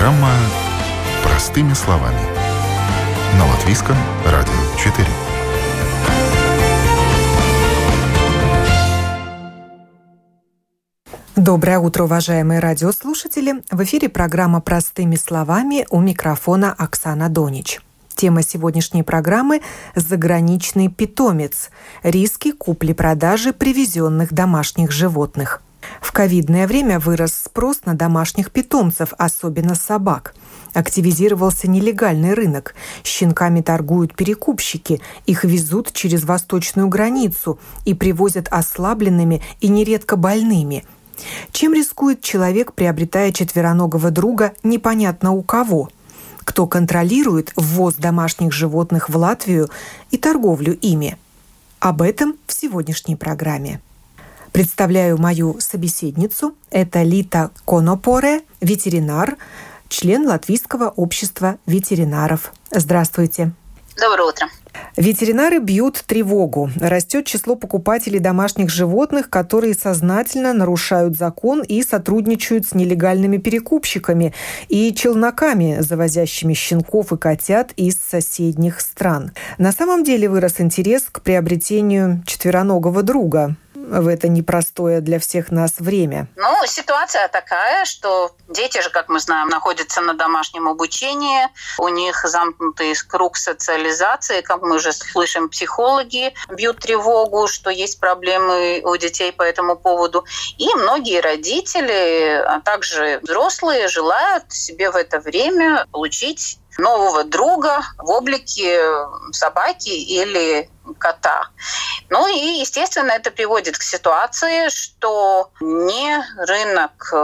Программа «Простыми словами» на Латвийском радио 4. Доброе утро, уважаемые радиослушатели! В эфире программа «Простыми словами», у микрофона Оксана Донич. Тема сегодняшней программы – заграничный питомец. Риски купли-продажи привезенных домашних животных. В ковидное время вырос спрос на домашних питомцев, особенно собак. Активизировался нелегальный рынок. Щенками торгуют перекупщики. Их везут через восточную границу и привозят ослабленными и нередко больными. Чем рискует человек, приобретая четвероногого друга, непонятно у кого? Кто контролирует ввоз домашних животных в Латвию и торговлю ими? Об этом в сегодняшней программе. Представляю мою собеседницу. Это Лита Конопоре, ветеринар, член Латвийского общества ветеринаров. Здравствуйте. Доброе утро. Ветеринары бьют тревогу. Растет число покупателей домашних животных, которые сознательно нарушают закон и сотрудничают с нелегальными перекупщиками и челноками, завозящими щенков и котят из соседних стран. На самом деле вырос интерес к приобретению четвероногого друга в это непростое для всех нас время. Ситуация такая, что дети же, как мы знаем, находятся на домашнем обучении, у них замкнутый круг социализации, как мы уже слышим, психологи бьют тревогу, что есть проблемы у детей по этому поводу. И многие родители, а также взрослые, желают себе в это время получить нового друга в облике собаки или кота. И, естественно, это приводит к ситуации, что ни рынок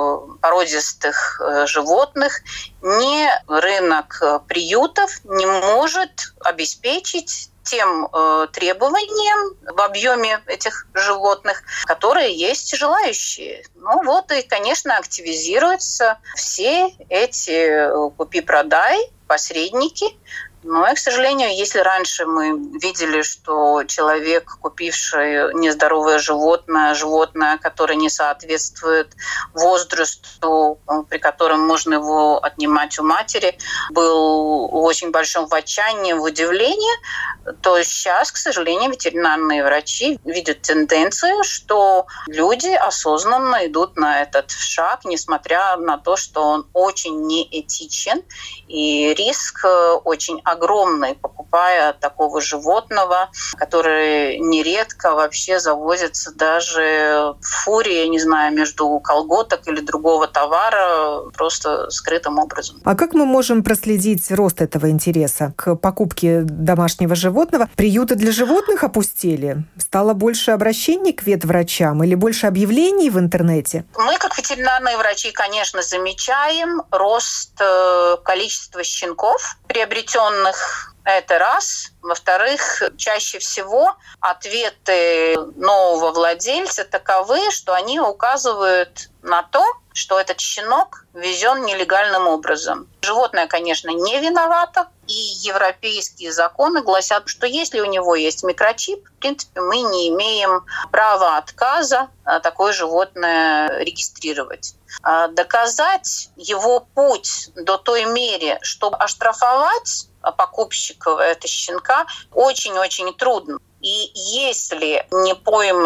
породистых животных, ни рынок приютов не может обеспечить тем требованиям в объеме этих животных, которые есть желающие. И, конечно, активизируются все эти купи-продай, посредники. И, к сожалению, если раньше мы видели, что человек, купивший нездоровое животное, которое не соответствует возрасту, при котором можно его отнимать у матери, был в очень большом отчаянии, в удивлении, то сейчас, к сожалению, ветеринарные врачи видят тенденцию, что люди осознанно идут на этот шаг, несмотря на то, что он очень неэтичен, и риск очень огромный, покупая такого животного, который нередко вообще завозится даже в фуре, между колготок или другого товара, просто скрытым образом. А как мы можем проследить рост этого интереса к покупке домашнего животного? Приюты для животных опустели? Стало больше обращений к ветврачам или больше объявлений в интернете? Мы, как ветеринарные врачи, конечно, замечаем рост количества щенков, приобретенных. Это раз. Во-вторых, чаще всего ответы нового владельца таковы, что они указывают на то, что этот щенок везен нелегальным образом. Животное, конечно, не виновато, и европейские законы гласят, что если у него есть микрочип, в принципе, мы не имеем права отказа такое животное регистрировать. Доказать его путь до той меры, чтобы оштрафовать покупщиков этого щенка, очень-очень трудно. И если не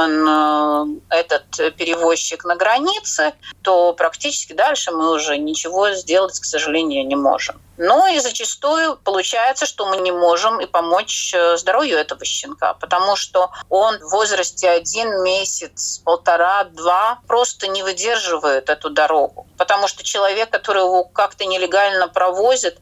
пойман этот перевозчик на границе, то практически дальше мы уже ничего сделать, к сожалению, не можем. И зачастую получается, что мы не можем и помочь здоровью этого щенка, потому что он в возрасте 1 месяц, 1,5-2 просто не выдерживает эту дорогу. Потому что человек, который его как-то нелегально провозит,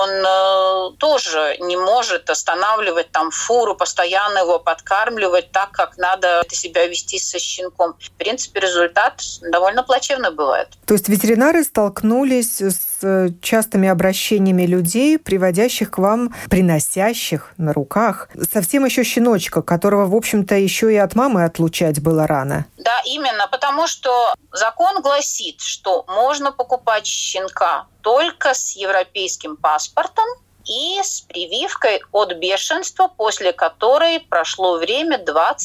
он тоже не может останавливать фуру, постоянно его подкармливать так, как надо себя вести со щенком. В принципе, результат довольно плачевный бывает. То есть ветеринары столкнулись с частыми обращениями людей, приводящих к вам, приносящих на руках совсем еще щеночка, которого, в общем-то, еще и от мамы отлучать было рано. Да, именно, потому что закон гласит, что можно покупать щенка только с европейским паспортом и с прививкой от бешенства, после которой прошло время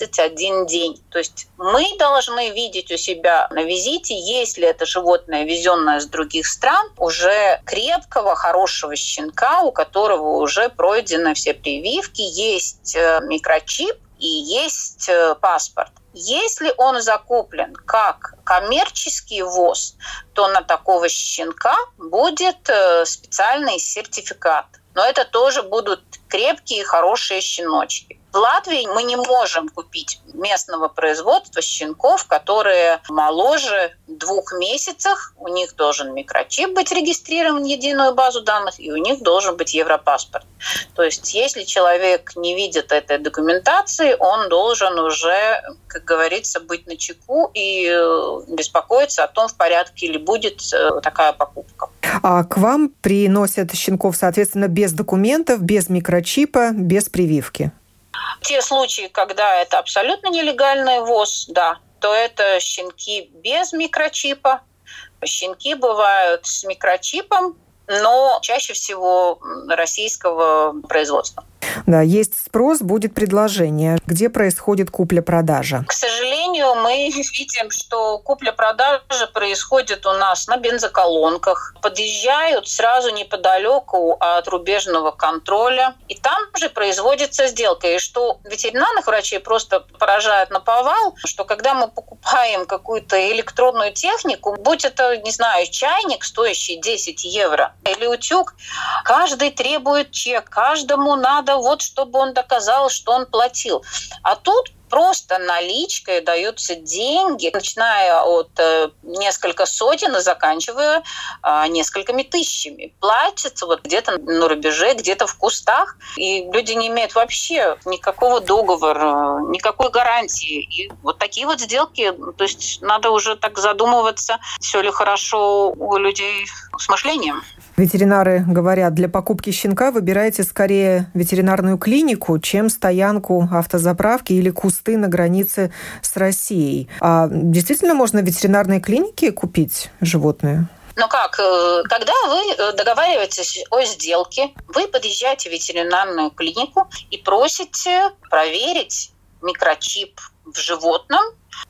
21 день. То есть мы должны видеть у себя на визите, если это животное, везенное с других стран, уже крепкого, хорошего щенка, у которого уже пройдены все прививки, есть микрочип и есть паспорт. Если он закуплен как коммерческий ввоз, то на такого щенка будет специальный сертификат. Но это тоже будут крепкие, хорошие щеночки. В Латвии мы не можем купить местного производства щенков, которые моложе 2 месяцев. У них должен микрочип быть регистрирован в единую базу данных, и у них должен быть европаспорт. То есть если человек не видит этой документации, он должен уже, как говорится, быть начеку и беспокоиться о том, в порядке ли будет такая покупка. А к вам приносят щенков, соответственно, без документов, без микрочипа, без прививки? Те случаи, когда это абсолютно нелегальный ввоз, да, то это щенки без микрочипа. Щенки бывают с микрочипом, но чаще всего российского производства. Да, есть спрос, будет предложение. Где происходит купля-продажа? К сожалению, мы видим, что купля-продажа происходит у нас на бензоколонках. Подъезжают сразу неподалеку от рубежного контроля. И там же производится сделка. И что ветеринарных врачей просто поражает наповал, что когда мы покупаем какую-то электронную технику, будь это, не знаю, чайник, стоящий 10 евро, или утюг, каждый требует чек, каждому надо чтобы он доказал, что он платил. А тут просто наличкой даются деньги, начиная от нескольких сотен и заканчивая несколькими тысячами. Платится где-то на рубеже, где-то в кустах. И люди не имеют вообще никакого договора, никакой гарантии. И вот такие вот сделки, то есть надо уже так задумываться, все ли хорошо у людей с мышлением. Ветеринары говорят, для покупки щенка выбирайте скорее ветеринарную клинику, чем стоянку автозаправки или кусты на границе с Россией. А действительно можно в ветеринарной клинике купить животное? Но как? Когда вы договариваетесь о сделке, вы подъезжаете в ветеринарную клинику и просите проверить микрочип в животном,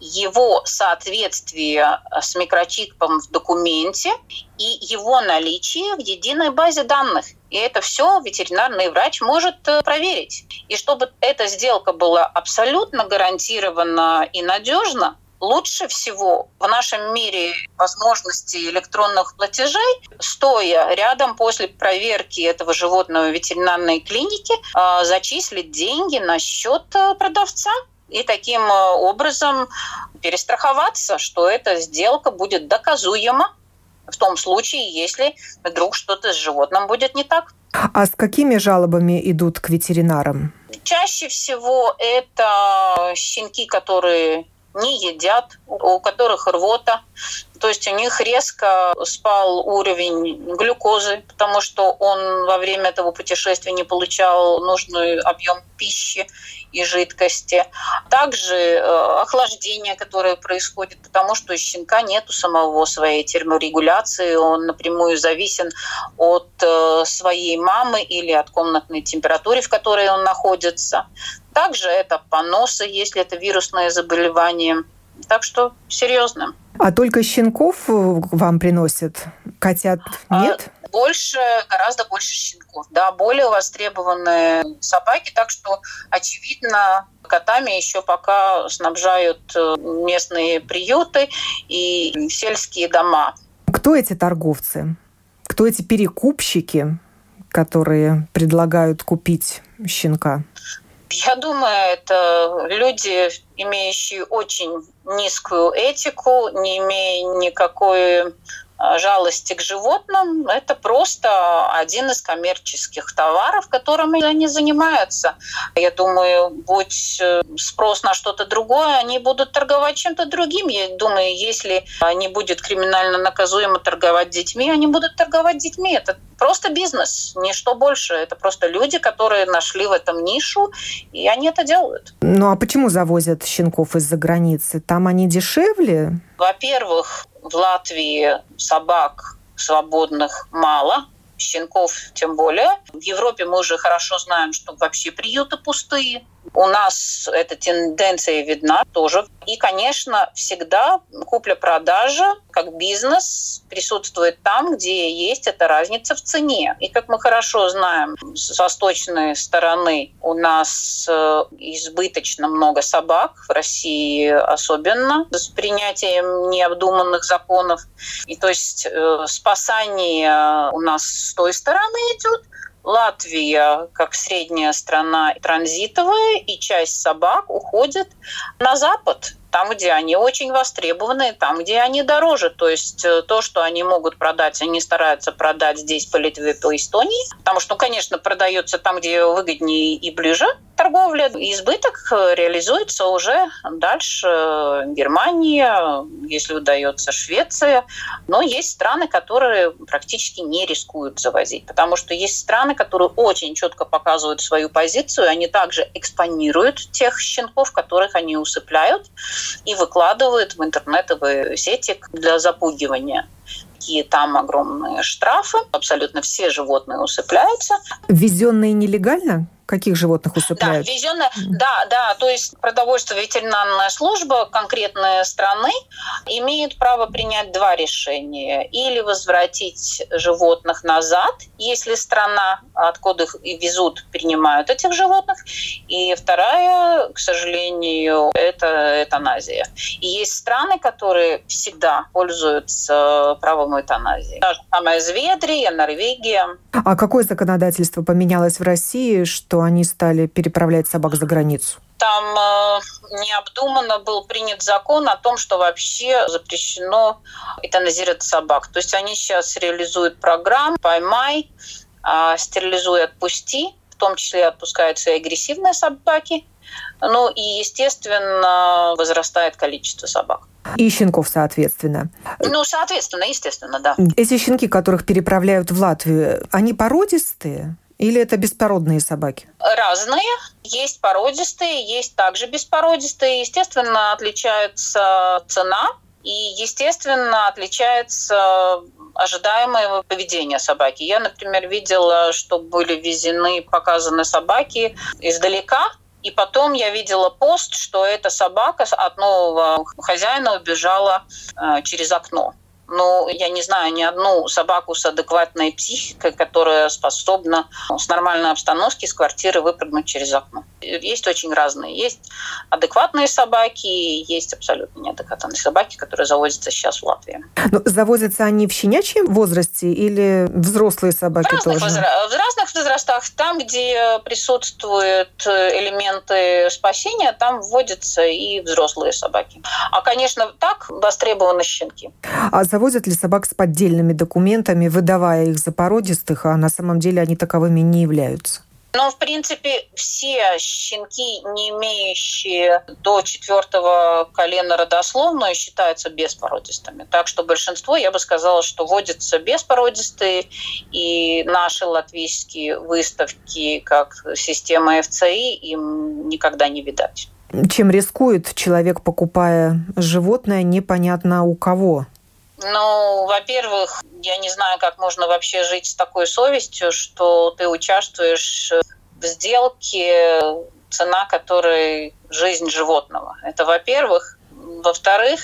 его соответствие с микрочипом в документе и его наличие в единой базе данных. И это все ветеринарный врач может проверить. И чтобы эта сделка была абсолютно гарантирована и надежна, лучше всего в нашем мире возможности электронных платежей, стоя рядом после проверки этого животного в ветеринарной клинике, зачислить деньги на счет продавца. И таким образом перестраховаться, что эта сделка будет доказуема в том случае, если вдруг что-то с животным будет не так. А с какими жалобами идут к ветеринарам? Чаще всего это щенки, которые не едят, у которых рвота. То есть у них резко спал уровень глюкозы, потому что он во время этого путешествия не получал нужный объем пищи и жидкости. Также охлаждение, которое происходит, потому что у щенка нет самого своей терморегуляции, он напрямую зависим от своей мамы или от комнатной температуры, в которой он находится. Также это поносы, если это вирусное заболевание. Так что серьезно. А только щенков вам приносят? Котят нет? Гораздо больше щенков. Да, более востребованные собаки. Так что, очевидно, котами еще пока снабжают местные приюты и сельские дома. Кто эти торговцы? Кто эти перекупщики, которые предлагают купить щенка? Я думаю, это люди, имеющие очень низкую этику, не имея никакой жалости к животным. Это просто один из коммерческих товаров, которыми они занимаются. Я думаю, будь спрос на что-то другое, они будут торговать чем-то другим. Я думаю, если не будет криминально наказуемо торговать детьми, они будут торговать детьми. Это просто бизнес, ничто больше. Это просто люди, которые нашли в этом нишу, и они это делают. Ну а почему завозят щенков из-за границы? Там они дешевле? Во-первых, в Латвии собак свободных мало. щенков тем более. В Европе мы уже хорошо знаем, что вообще приюты пустые. У нас эта тенденция видна тоже. И, конечно, всегда купля-продажа как бизнес присутствует там, где есть эта разница в цене. И, как мы хорошо знаем, с восточной стороны у нас избыточно много собак, в России особенно, с принятием необдуманных законов. И то есть спасание у нас с той стороны идет. Латвия, как средняя страна, транзитовая, и часть собак уходит на Запад, там, где они очень востребованы, там, где они дороже. То есть то, что они могут продать, они стараются продать здесь, по Литве, по Эстонии, потому что, конечно, продается там, где выгоднее и ближе торговля. Избыток реализуется уже дальше Германия, если удается Швеция. Но есть страны, которые практически не рискуют завозить, потому что есть страны, которые очень четко показывают свою позицию, они также экспонируют тех щенков, которых они усыпляют, и выкладывают в интернетовые сети для запугивания. И там огромные штрафы, абсолютно все животные усыпляются. Ввезенные нелегально? Каких животных усыпляют? Да, ввезенные, да. То есть продовольственная ветеринарная служба конкретной страны имеет право принять два решения. Или возвратить животных назад, если страна, откуда их везут, принимают этих животных. И вторая, к сожалению, это эвтаназия. И есть страны, которые всегда пользуются правом эвтаназии. Та же самая Швеция, Норвегия. А какое законодательство поменялось в России, что они стали переправлять собак за границу? Там необдуманно был принят закон о том, что вообще запрещено эвтаназировать собак. То есть они сейчас реализуют программу «Поймай», «Стерилизуй, отпусти», в том числе отпускаются и агрессивные собаки. Ну и, естественно, возрастает количество собак. И щенков, соответственно. Естественно, да. Эти щенки, которых переправляют в Латвию, они породистые? Или это беспородные собаки? Разные. Есть породистые, есть также беспородистые. Естественно, отличается цена и, естественно, отличается ожидаемое поведение собаки. Я, например, видела, что были везены, показаны собаки издалека, и потом я видела пост, что эта собака от нового хозяина убежала через окно. Но я не знаю ни одну собаку с адекватной психикой, которая способна с нормальной обстановки с квартиры выпрыгнуть через окно. Есть очень разные. Есть адекватные собаки, есть абсолютно неадекватные собаки, которые завозятся сейчас в Латвии. Но завозятся они в щенячьем возрасте или взрослые собаки тоже? В разных возрастах. Там, где присутствуют элементы спасения, там вводятся и взрослые собаки. А, конечно, так востребованы щенки. А завозят ли собак с поддельными документами, выдавая их за породистых, а на самом деле они таковыми не являются? Но, в принципе, все щенки, не имеющие до 4-го колена родословную, считаются беспородистыми. Так что большинство, я бы сказала, что водятся беспородистые, и наши латвийские выставки, как система ФЦИ, им никогда не видать. Чем рискует человек, покупая животное, непонятно у кого? Ну, во-первых, я не знаю, как можно вообще жить с такой совестью, что ты участвуешь в сделке, цена которой жизнь животного. Это во-первых. Во-вторых,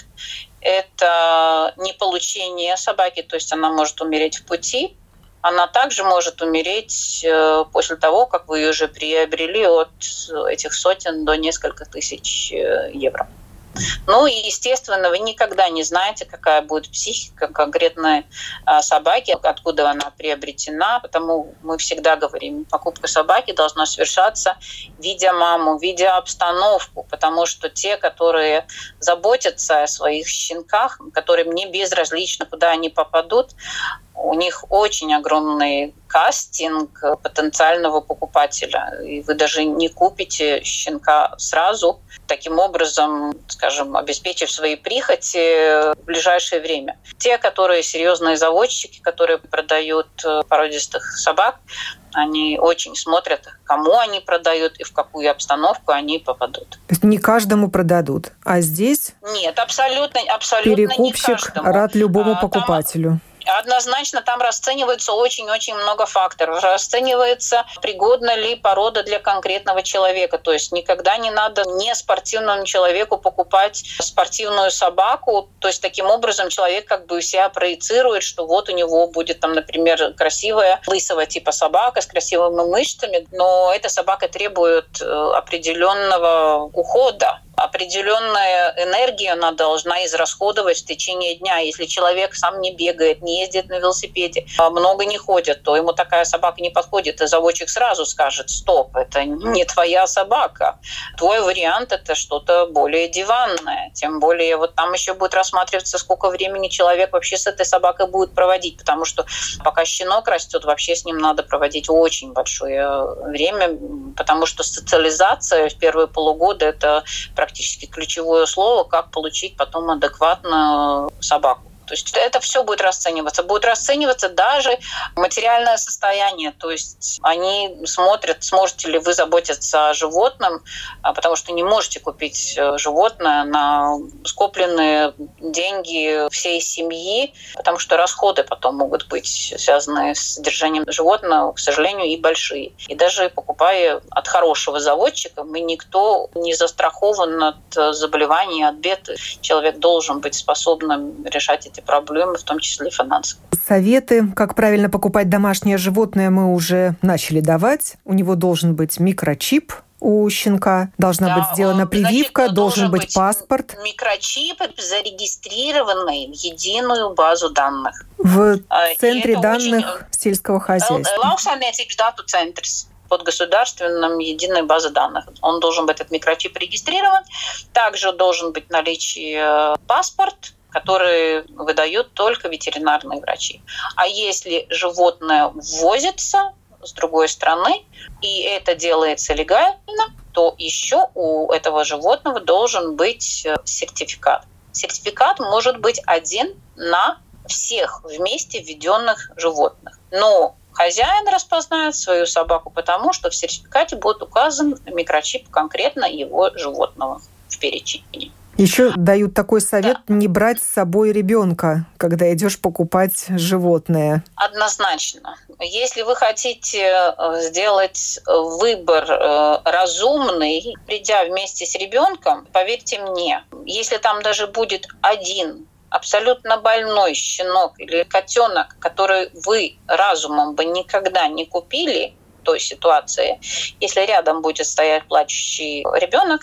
это не получение собаки, то есть она может умереть в пути. Она также может умереть после того, как вы ее уже приобрели от этих сотен до нескольких тысяч евро. Ну и, естественно, вы никогда не знаете, какая будет психика конкретной собаки, откуда она приобретена. Потому мы всегда говорим, покупка собаки должна совершаться, видя маму, видя обстановку. Потому что те, которые заботятся о своих щенках, которым не безразлично, куда они попадут, у них очень огромный кастинг потенциального покупателя. И вы даже не купите щенка сразу, таким образом, скажем, обеспечив свои прихоти в ближайшее время. Те, которые серьезные заводчики, которые продают породистых собак, они очень смотрят, кому они продают и в какую обстановку они попадут. То есть не каждому продадут, а здесь нет, абсолютно перекупщик не каждому. рад любому покупателю. Однозначно там расценивается очень-очень много факторов. Расценивается, пригодна ли порода для конкретного человека. То есть никогда не надо неспортивному человеку покупать спортивную собаку. То есть таким образом человек как бы у себя проецирует, что вот у него будет там, например, красивая лысого типа собака с красивыми мышцами, но эта собака требует определенного ухода. Определенная энергия она должна израсходовать в течение дня. Если человек сам не бегает, не ездит на велосипеде, много не ходит, то ему такая собака не подходит. И заводчик сразу скажет: стоп, это не твоя собака. Твой вариант — это что-то более диванное. Тем более вот там еще будет рассматриваться, сколько времени человек вообще с этой собакой будет проводить. Потому что пока щенок растет, вообще с ним надо проводить очень большое время. Потому что социализация в первые полугода — это практически ключевое слово, как получить потом адекватную собаку. То есть это все будет расцениваться. Будет расцениваться даже материальное состояние. То есть они смотрят, сможете ли вы заботиться о животном, потому что не можете купить животное на скопленные деньги всей семьи, потому что расходы потом могут быть связаны с содержанием животного, к сожалению, и большие. И даже покупая от хорошего заводчика, никто не застрахован от заболеваний, от бед. Человек должен быть способным решать эти проблемы, в том числе и финансовые. Советы, как правильно покупать домашнее животное, мы уже начали давать. У него должен быть микрочип. У щенка должна быть сделана прививка, должен быть паспорт. Микрочип, зарегистрированный в единую базу данных. В центре данных сельского хозяйства. Под государственным единой базой данных. Он должен быть, этот микрочип, регистрирован. Также должен быть в наличии паспорт, который выдают только ветеринарные врачи. А если животное ввозится с другой страны, и это делается легально, то еще у этого животного должен быть сертификат. Сертификат может быть один на всех вместе введенных животных. Но хозяин распознает свою собаку, потому что в сертификате будет указан микрочип конкретно его животного в перечне. Еще дают такой совет: не брать с собой ребенка, когда идешь покупать животное. Однозначно. Если вы хотите сделать выбор разумный, придя вместе с ребенком, поверьте мне, если там даже будет один абсолютно больной щенок или котенок, который вы разумом бы никогда не купили в той ситуации, если рядом будет стоять плачущий ребенок,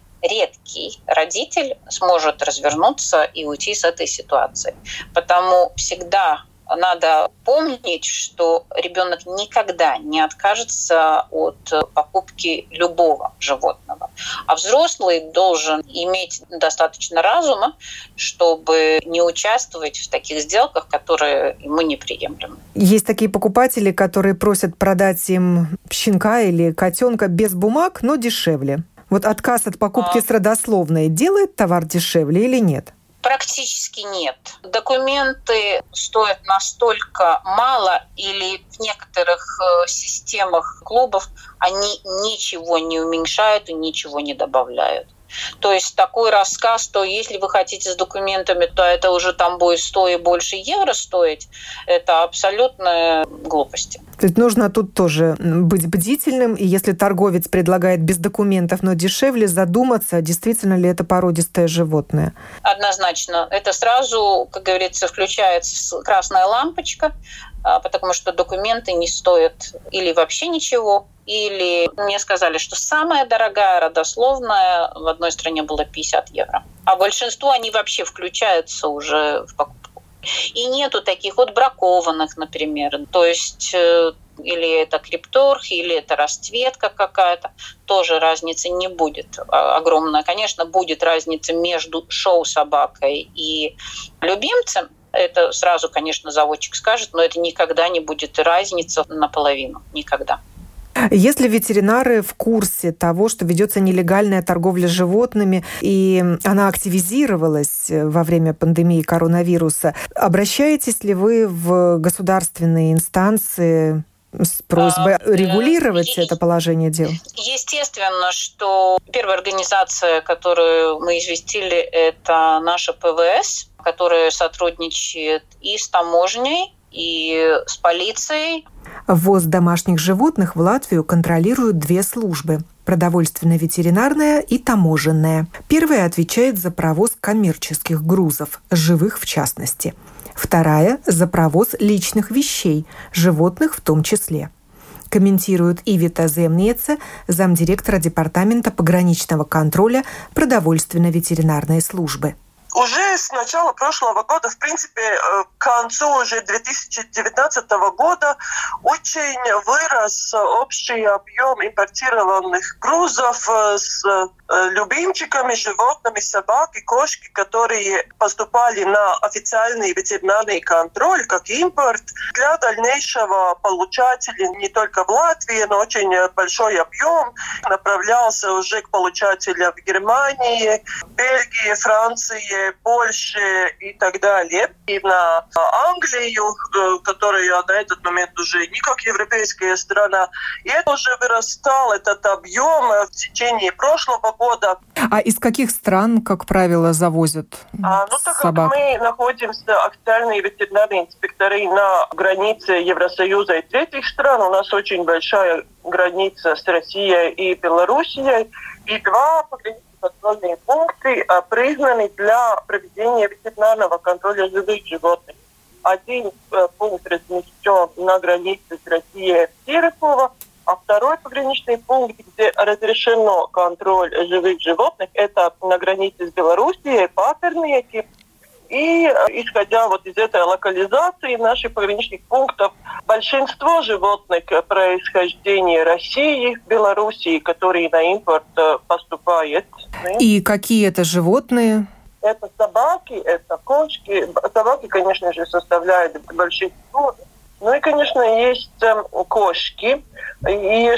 редкий родитель сможет развернуться и уйти с этой ситуации. Потому всегда надо помнить, что ребенок никогда не откажется от покупки любого животного. А взрослый должен иметь достаточно разума, чтобы не участвовать в таких сделках, которые ему неприемлемы. Есть такие покупатели, которые просят продать им щенка или котенка без бумаг, но дешевле. Вот отказ от покупки с родословной делает товар дешевле или нет? Практически нет. Документы стоят настолько мало, или в некоторых системах клубов они ничего не уменьшают и ничего не добавляют. То есть такой рассказ, что если вы хотите с документами, то это уже там будет 100 и больше евро стоить, это абсолютная глупость. То есть нужно тут тоже быть бдительным, и если торговец предлагает без документов, но дешевле, задуматься, действительно ли это породистое животное. Однозначно. Это сразу, как говорится, включается красная лампочка, потому что документы не стоят или вообще ничего, или мне сказали, что самая дорогая родословная в одной стране была 50 евро. А большинство они вообще включаются уже в покупку. И нету таких вот бракованных, например. То есть или это крипторг, или это расцветка какая-то. Тоже разницы не будет огромная. Конечно, будет разница между шоу-собакой и любимцем. Это сразу, конечно, заводчик скажет, но это никогда не будет разница наполовину. Никогда. Если ветеринары в курсе того, что ведется нелегальная торговля животными, и она активизировалась во время пандемии коронавируса, обращаетесь ли вы в государственные инстанции с просьбой регулировать это положение дел? Естественно, что первая организация, которую мы известили, это наша ПВС, которая сотрудничает и с таможней, и с полицией. Ввоз домашних животных в Латвию контролируют две службы – продовольственно-ветеринарная и таможенная. Первая отвечает за провоз коммерческих грузов, живых в частности. Вторая – за провоз личных вещей, животных в том числе. Комментирует Ивита Земниеце, замдиректора Департамента пограничного контроля продовольственно-ветеринарной службы. Уже с начала прошлого года, в принципе, к концу уже 2019 года очень вырос общий объем импортированных грузов с любимчиками, животными, собаки, кошки, которые поступали на официальный ветеринарный контроль, как импорт, для дальнейшего получателя не только в Латвии, но очень большой объем направлялся уже к получателям в Германии, Бельгии, Франции, Польше и так далее. И на Англию, которая на этот момент уже не как европейская страна. И это уже вырастал, этот объем в течение прошлого года. А из каких стран, как правило, завозят так собак? Как мы находимся, официальные ветеринарные инспекторы, на границе Евросоюза и третьих стран, у нас очень большая граница с Россией и Белоруссией, и два пограничных контрольные пункты признаны для проведения ветеринарного контроля живых животных. Один пункт размещен на границе с Россией в Тереково, а второй пограничный пункт, где разрешено контроль живых животных, это на границе с Белоруссией, Патернеки. И исходя вот из этой локализации наших пограничных пунктов, большинство животных происхождения России, Белоруссии, которые на импорт поступают. И какие это животные? Это собаки, это кошки. Собаки, конечно же, составляют большинство. Ну и, конечно, есть кошки. И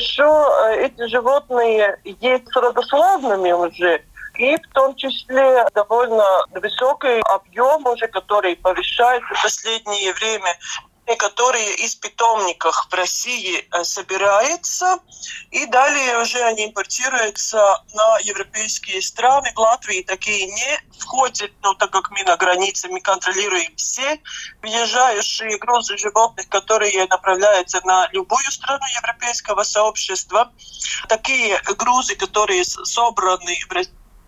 еще эти животные есть с родословными уже. И в том числе довольно высокий объем уже, который повышается в последнее время, и которые из питомников в России собираются, и далее уже они импортируются на европейские страны. В Латвии такие не входят, но так как мы на границе, мы контролируем все въезжающие грузы животных, которые направляются на любую страну европейского сообщества. Такие грузы, которые собраны в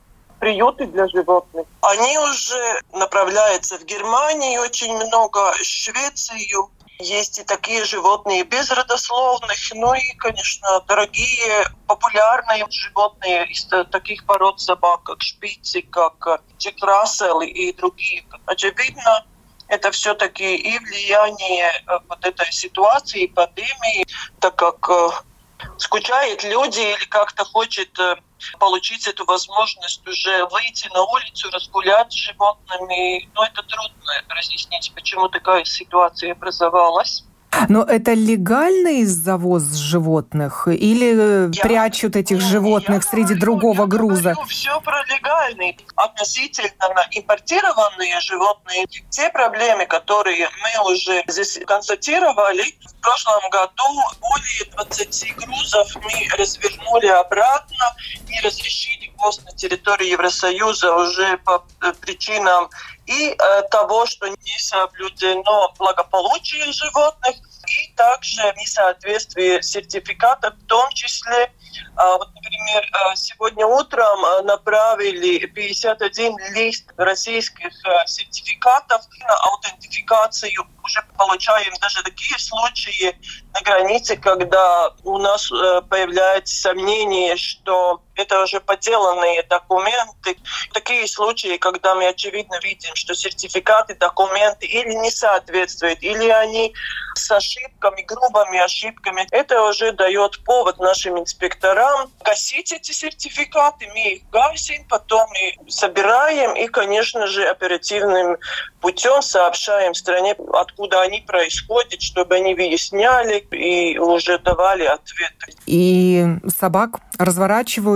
приюты для животных, они уже направляются в Германию очень много, в Швецию. Есть и такие животные без родословных, ну и, конечно, дорогие, популярные животные из таких пород собак, как шпицы, как Джек Рассел и другие. Очевидно, это все-таки и влияние вот этой ситуации, пандемии, так как скучают люди или как-то хочет получить эту возможность уже выйти на улицу, разгулять с животными. Но это трудно разъяснить, почему такая ситуация образовалась. Но это легальный завоз животных или прячут этих животных среди другого груза? Я говорю все про легальный. Относительно импортированные животные, те проблемы, которые мы уже здесь констатировали, в прошлом году более 20 грузов мы развернули обратно и разрешили ввоз на территории Евросоюза уже по причинам и того, что не соблюдено благополучие животных, и также несоответствие сертификатов, в том числе. Вот, например, сегодня утром направили 51 лист российских сертификатов на аутентификацию. Уже получаем даже такие случаи на границе, когда у нас появляется сомнение, что это уже подделанные документы. Такие случаи, когда мы очевидно видим, что сертификаты, документы или не соответствуют, или они с ошибками, грубыми ошибками. Это уже дает повод нашим инспекторам гасить эти сертификаты. Мы их гасим, потом мы собираем и, конечно же, оперативным путем сообщаем стране, откуда они происходят, чтобы они выясняли и уже давали ответы. И собак разворачивают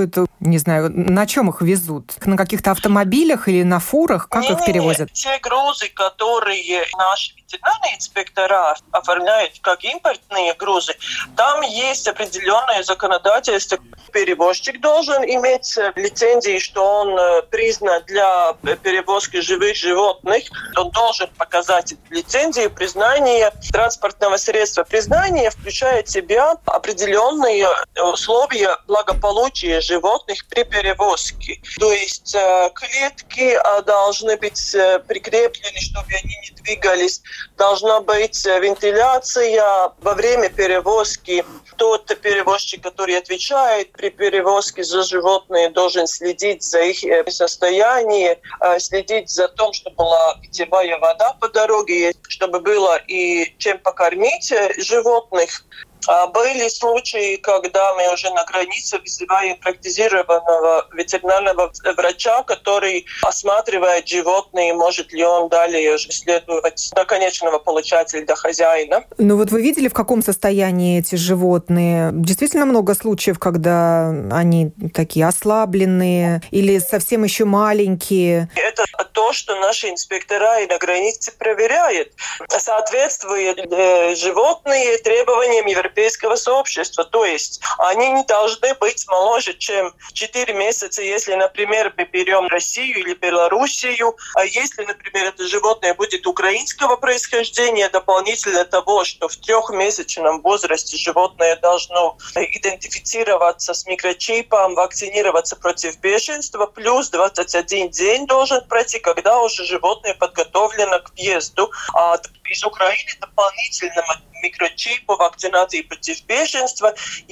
перевозят, не знаю, на чем их везут? На каких-то автомобилях или на фурах? Как их перевозят? Те грузы, которые наши ветеринарные инспектора оформляют как импортные грузы, там есть определенное законодательство. Перевозчик должен иметь лицензии, что он признан для перевозки живых животных. Он должен показать лицензию признания транспортного средства. Признание включает в себя определенные условия благополучия животных при перевозке. То есть клетки должны быть прикреплены, чтобы они не двигались. Должна быть вентиляция во время перевозки. Тот перевозчик, который отвечает при перевозке за животные, должен следить за их состоянием, следить за тем, чтобы была питьевая вода по дороге, чтобы было и чем покормить животных. Были случаи, когда мы уже на границе вызываем практизированного ветеринарного врача, который осматривает животные, может ли он далее следовать до конечного получателя, до хозяина. Ну вот вы видели, в каком состоянии эти животные? Действительно много случаев, когда они такие ослабленные или совсем еще маленькие? Это то, что наши инспектора и на границе проверяют. Соответствуют животные требованиям европейского сообщества. То есть они не должны быть моложе, чем 4 месяца, если, например, мы берем Россию или Белоруссию. А если, например, это животное будет украинского происхождения, дополнительно того, что в 3-месячном возрасте животное должно идентифицироваться с микрочипом, вакцинироваться против бешенства, плюс 21 день должен пройти, когда уже животное подготовлено к въезду. А из Украины дополнительно микрочипу, вакцинации против бешенства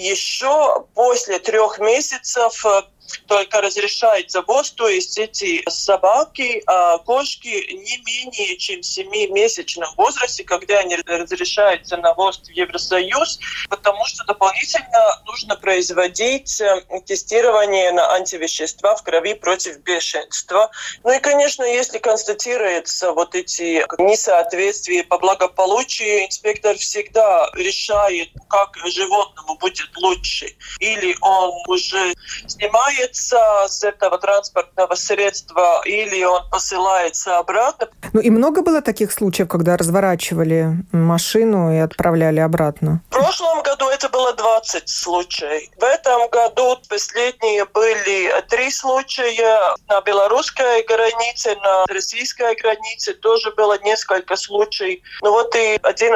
еще после 3 месяцев только разрешает завоз, то есть эти собаки, кошки не менее чем в 7-месячном возрасте, когда они разрешаются на ввоз в Евросоюз, потому что дополнительно нужно производить тестирование на антивещества в крови против бешенства. Ну и, конечно, если констатируются вот эти несоответствия по благополучию, инспектор всегда решает, как животному будет лучше. Или он уже снимает с этого транспортного средства, или он посылается обратно. Ну и много было таких случаев, когда разворачивали машину и отправляли обратно? В прошлом году это было 20 случаев. В этом году последние были 3 случая. На белорусской границе, на российской границе тоже было несколько случаев. Ну вот и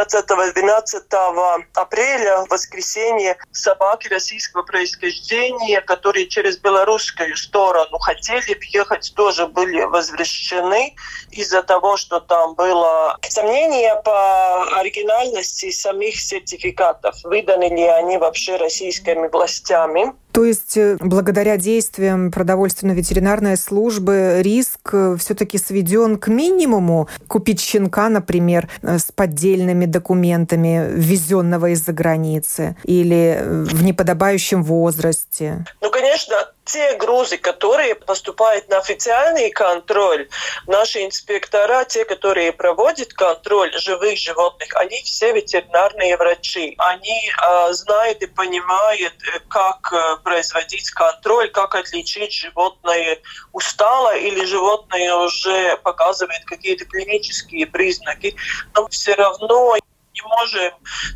11-12 апреля, в воскресенье, собаки российского происхождения, которые через белорусскую сторону хотели въехать, тоже были возвращены из-за того, что там было сомнение по оригинальности самих сертификатов, выданы ли они вообще российскими властями. То есть благодаря действиям продовольственно-ветеринарной службы риск все-таки сведен к минимуму? Купить щенка, например, с поддельными документами, ввезенного из-за границы, или в неподобающем возрасте? Ну, конечно, те грузы, которые поступают на официальный контроль, наши инспектора, те, которые проводят контроль живых животных, они все ветеринарные врачи. Они знают и понимают, как производить контроль, как отличить животное устало или животное уже показывает какие-то клинические признаки. Но все равно не можем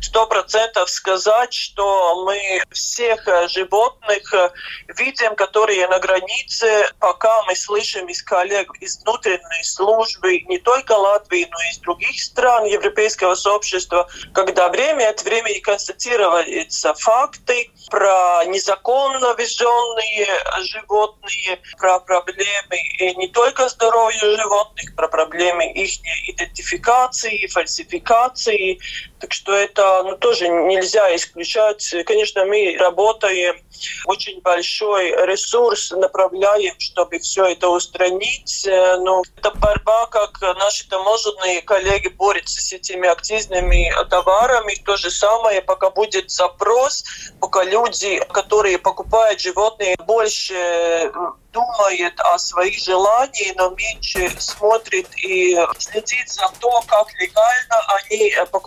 100% сказать, что мы всех животных видим, которые на границе, пока мы слышим из коллег из внутренней службы не только Латвии, но и из других стран европейского сообщества, когда время от времени констатируются факты про незаконно ввезенные животные, про проблемы и не только здоровья животных, про проблемы их идентификации, фальсификации. Так что это тоже нельзя исключать. Конечно, мы работаем, очень большой ресурс направляем, чтобы все это устранить. Но это борьба, как наши таможенные коллеги борются с этими акцизными товарами. То же самое, пока будет запрос, пока люди, которые покупают животные, больше думает о своих желаниях, но меньше смотрит и следит за то, как легально они покупают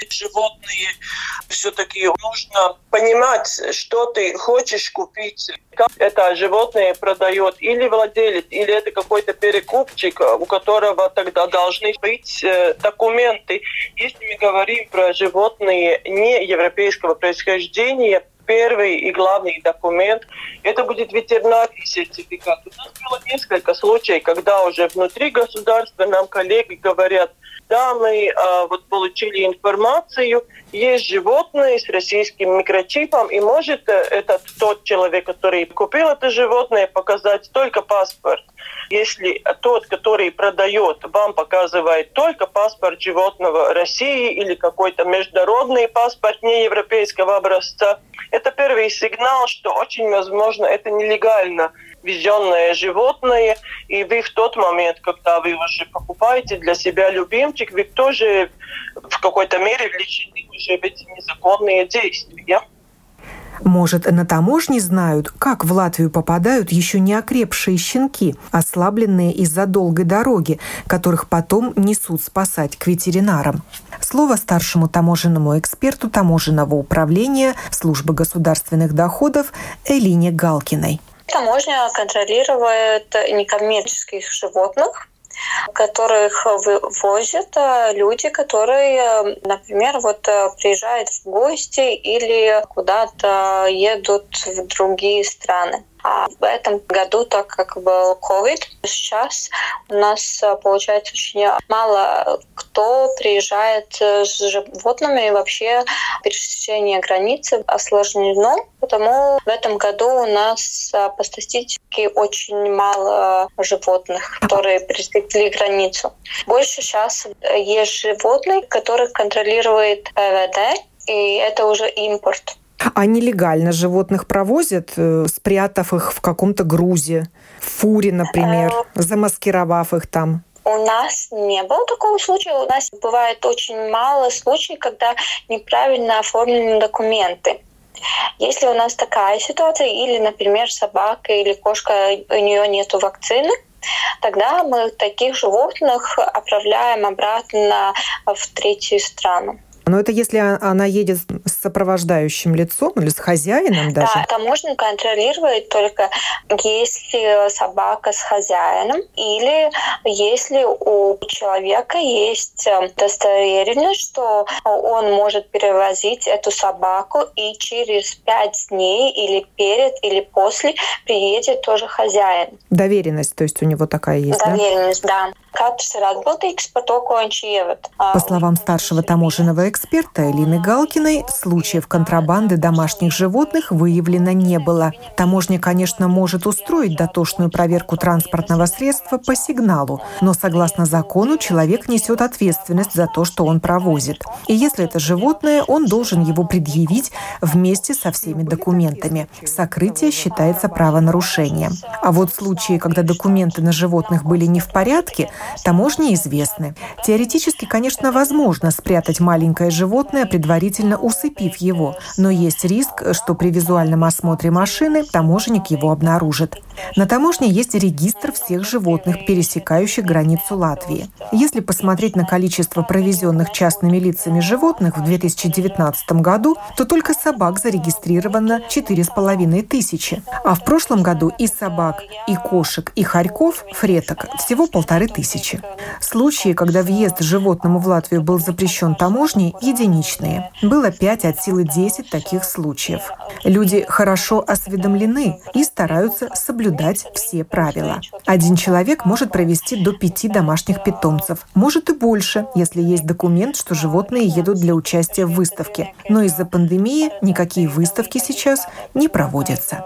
животные. Все-таки нужно понимать, что ты хочешь купить, как это животное продает, или владелец, или это какой-то перекупщик, у которого тогда должны быть документы. Если мы говорим про животные не европейского происхождения, первый и главный документ – это будет ветеринарный сертификат. У нас было несколько случаев, когда уже внутри государства нам коллеги говорят, да, мы получили информацию, есть животные с российским микрочипом, и может этот тот человек, который купил это животное, показать только паспорт. Если тот, который продает, вам показывает только паспорт животного России или какой-то международный паспорт неевропейского образца, это первый сигнал, что очень возможно это нелегально везенное животное, и вы в тот момент, когда вы уже покупаете для себя любимчик, вы тоже в какой-то мере влечены уже в эти незаконные действия. Может, на таможне знают, как в Латвию попадают еще не окрепшие щенки, ослабленные из-за долгой дороги, которых потом несут спасать к ветеринарам. Слово старшему таможенному эксперту таможенного управления Службы государственных доходов Элине Галкиной. Таможня контролирует некоммерческих животных, которых вывозят люди, которые, например, приезжают в гости или куда-то едут в другие страны. А в этом году, так как был COVID, сейчас у нас, получается, очень мало кто приезжает с животными, и вообще пересечение границы осложнено, потому в этом году у нас по статистике очень мало животных, которые пересекли границу. Больше сейчас есть животные, которых контролирует ПВД, и это уже импорт. А нелегально животных провозят, спрятав их в каком-то грузе, в фуре, например, замаскировав их там? У нас не было такого случая. У нас бывает очень мало случаев, когда неправильно оформлены документы. Если у нас такая ситуация, или, например, собака или кошка, у нее нет вакцины, тогда мы таких животных отправляем обратно в третью страну. Но это если она едет с сопровождающим лицом или с хозяином даже? Да, таможня контролирует только если собака с хозяином или если у человека есть удостоверение, что он может перевозить эту собаку, и через 5 дней или перед, или после приедет тоже хозяин. Доверенность, то есть у него такая есть, Доверенность, да? Katrs ir atbildīgs par to, ko viņš ieved. По словам старшего таможенного эксперта Элины Галкиной, случаев контрабанды домашних животных выявлено не было. Таможня, конечно, может устроить дотошную проверку транспортного средства по сигналу, но согласно закону человек несет ответственность за то, что он провозит. И если это животное, он должен его предъявить вместе со всеми документами. Сокрытие считается правонарушением. А вот случаи, когда документы на животных были не в порядке, таможне известны. Теоретически, конечно, возможно спрятать маленькое животное, предварительно усыпив его, но есть риск, что при визуальном осмотре машины таможенник его обнаружит. На таможне есть регистр всех животных, пересекающих границу Латвии. Если посмотреть на количество провезенных частными лицами животных в 2019 году, то только собак зарегистрировано 4500, а в прошлом году и собак, и кошек, и хорьков, фреток, всего 1500. Случаи, когда въезд животному в Латвию был запрещен таможней, единичные. Было 5 от силы 10 таких случаев. Люди хорошо осведомлены и стараются соблюдать все правила. Один человек может провести до 5 домашних питомцев. Может и больше, если есть документ, что животные едут для участия в выставке. Но из-за пандемии никакие выставки сейчас не проводятся.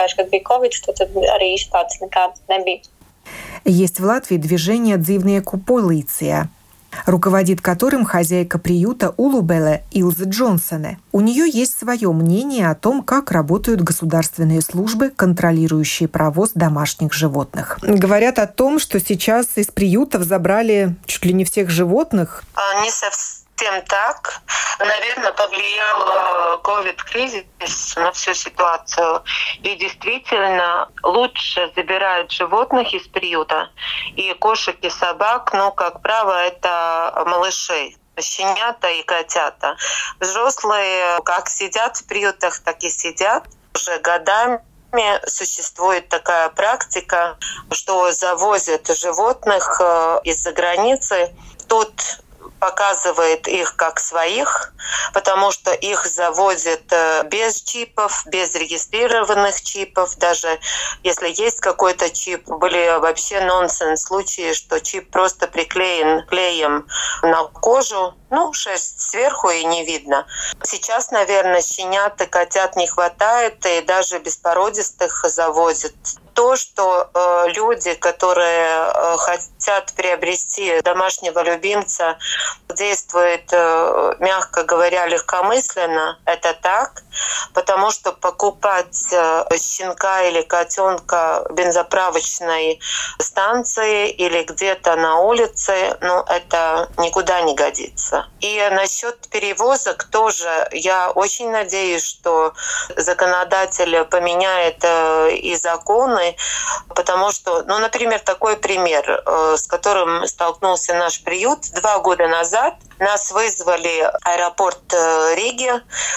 Есть в Латвии движение «Dzīvnieku полиция», руководит которым хозяйка приюта Улубеле Илза Джонсоне. У нее есть свое мнение о том, как работают государственные службы, контролирующие провоз домашних животных. Говорят о том, что сейчас из приютов забрали чуть ли не всех животных. Не совсем так. Наверное, повлиял COVID-кризис на всю ситуацию. И действительно, лучше забирают животных из приюта. И кошек, и собак, как правило, это малышей. щенята и котята. Взрослые как сидят в приютах, так и сидят уже годами. Существует такая практика, что завозят животных из-за границы. Тут показывает их как своих, потому что их завозят без чипов, без регистрированных чипов. Даже если есть какой-то чип, были вообще нонсенс случаи, что чип просто приклеен клеем на кожу, шерсть сверху и не видно. Сейчас, наверное, щенят и котят не хватает, и даже беспородистых завозят. То, что люди, которые хотят приобрести домашнего любимца, действуют, мягко говоря, легкомысленно, это так, потому что покупать щенка или котенка в бензоправочной станции или где-то на улице, это никуда не годится. И насчет перевозок тоже я очень надеюсь, что законодатель поменяет и законы, потому что, например, такой пример, с которым столкнулся наш приют 2 года назад. Нас вызвали в аэропорт Риги,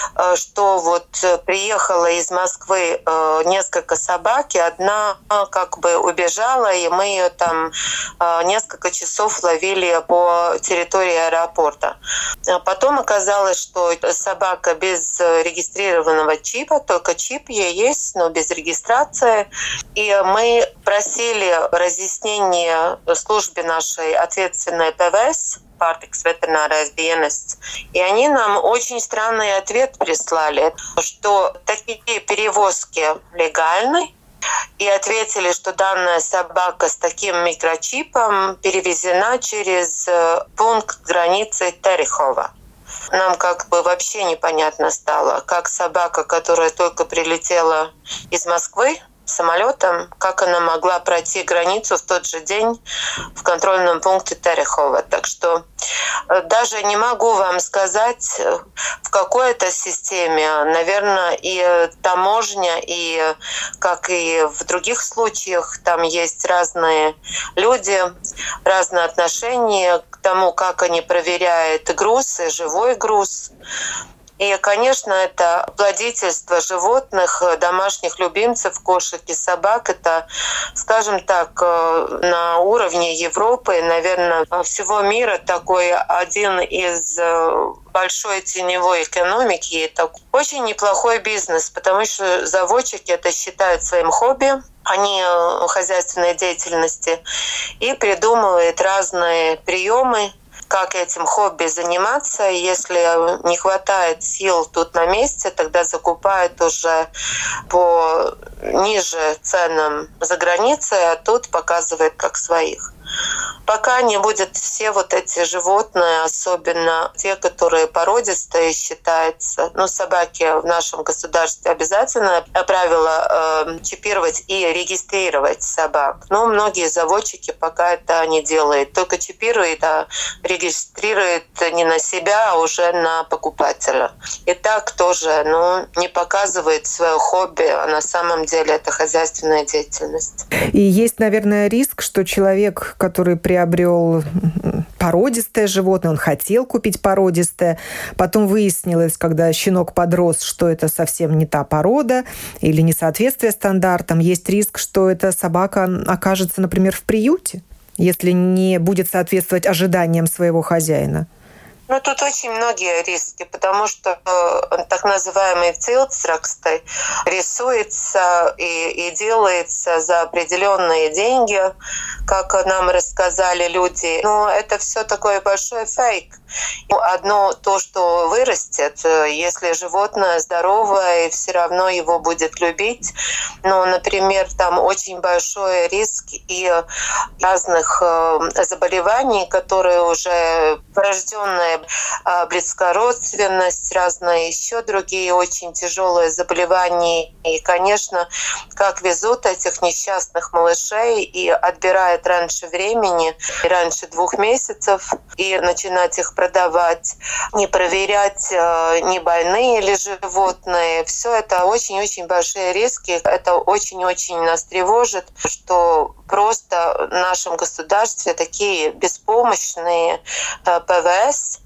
что приехала из Москвы несколько собак, и одна убежала, и мы ее там несколько часов ловили по территории аэропорта. Потом оказалось, что собака без регистрированного чипа, только чип ей есть, но без регистрации. И мы просили разъяснения службе нашей ответственной ПВС, Pārtikas ветеринārijas dienests. И они нам очень странный ответ прислали, что такие перевозки легальны, и ответили, что данная собака с таким микрочипом перевезена через пункт границы Терехова. Нам вообще непонятно стало, как собака, которая только прилетела из Москвы самолетом, как она могла пройти границу в тот же день в контрольном пункте Терехова. Так что даже не могу вам сказать, в какой это системе. Наверное, и таможня, и как и в других случаях, там есть разные люди, разные отношения к тому, как они проверяют груз и живой груз. И, конечно, это плодительство животных, домашних любимцев, кошек и собак. Это, скажем так, на уровне Европы, наверное, всего мира такой один из большой теневой экономики. Это очень неплохой бизнес, потому что заводчики это считают своим хобби, они хозяйственной деятельности, и придумывают разные приемы, как этим хобби заниматься. Если не хватает сил тут на месте, тогда закупают уже по ниже ценам за границей, а тут показывает как своих. Пока не будет все эти животные, особенно те, которые породистые считаются, собаки в нашем государстве обязательно правило чипировать и регистрировать собак. Но многие заводчики пока это не делают. Только чипируют, а регистрируют не на себя, а уже на покупателя. И так тоже не показывает свое хобби, а на самом деле это хозяйственная деятельность. И есть, наверное, риск, что человек, который приобрел породистое животное, он хотел купить породистое, потом выяснилось, когда щенок подрос, что это совсем не та порода или несоответствие стандартам. Есть риск, что эта собака окажется, например, в приюте, если не будет соответствовать ожиданиям своего хозяина. Тут очень многие риски, потому что так называемый цилцраксты рисуется и делается за определенные деньги, как нам рассказали люди. Но это все такой большой фейк. Одно то, что вырастет, если животное здоровое, и все равно его будет любить. Но, например, там очень большой риск и разных заболеваний, которые уже врожденные, близкородственность, разные еще другие очень тяжелые заболевания. И, конечно, как везут этих несчастных малышей и отбирают раньше времени, раньше 2 месяцев, и начинать их продавать, не проверять, не больные ли животные. Все это очень-очень большие риски. Это очень-очень нас тревожит, что просто в нашем государстве такие беспомощные ПВС,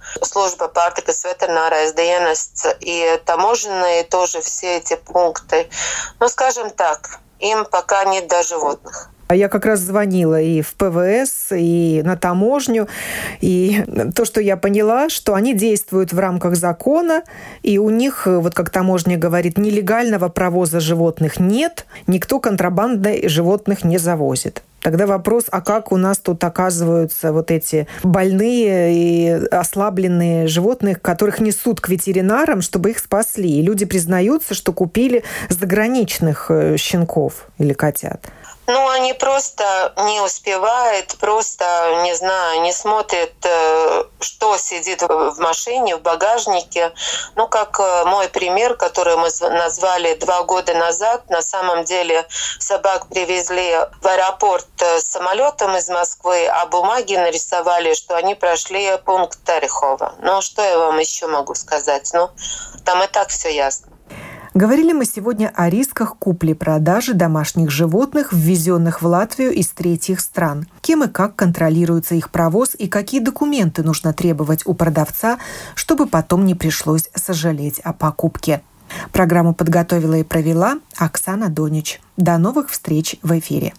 служба pārtikas ветеринарное dienests и таможенные тоже все эти пункты. Ну, скажем так, им пока нет до животных. Я как раз звонила и в ПВС, и на таможню, и то, что я поняла, что они действуют в рамках закона, и у них, вот как таможня говорит, нелегального провоза животных нет, никто контрабандой животных не завозит. Тогда вопрос, а как у нас тут оказываются вот эти больные и ослабленные животные, которых несут к ветеринарам, чтобы их спасли? И люди признаются, что купили заграничных щенков или котят. Ну, они просто не успевают, просто, не знаю, не смотрят, что сидит в машине, в багажнике. Ну, как мой пример, который мы назвали 2 года назад. На самом деле собак привезли в аэропорт самолетом из Москвы, а бумаги нарисовали, что они прошли пункт Терехова. Ну, что я вам еще могу сказать? Ну, там и так все ясно. Говорили мы сегодня о рисках купли-продажи домашних животных, ввезенных в Латвию из третьих стран. Кем и как контролируется их провоз и какие документы нужно требовать у продавца, чтобы потом не пришлось сожалеть о покупке. Программу подготовила и провела Оксана Донич. До новых встреч в эфире.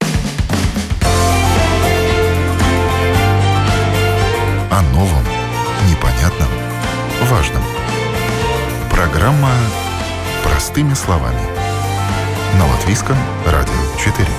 О новом, непонятном, важном. Программа «Простыми словами» на Латвийском радио 4.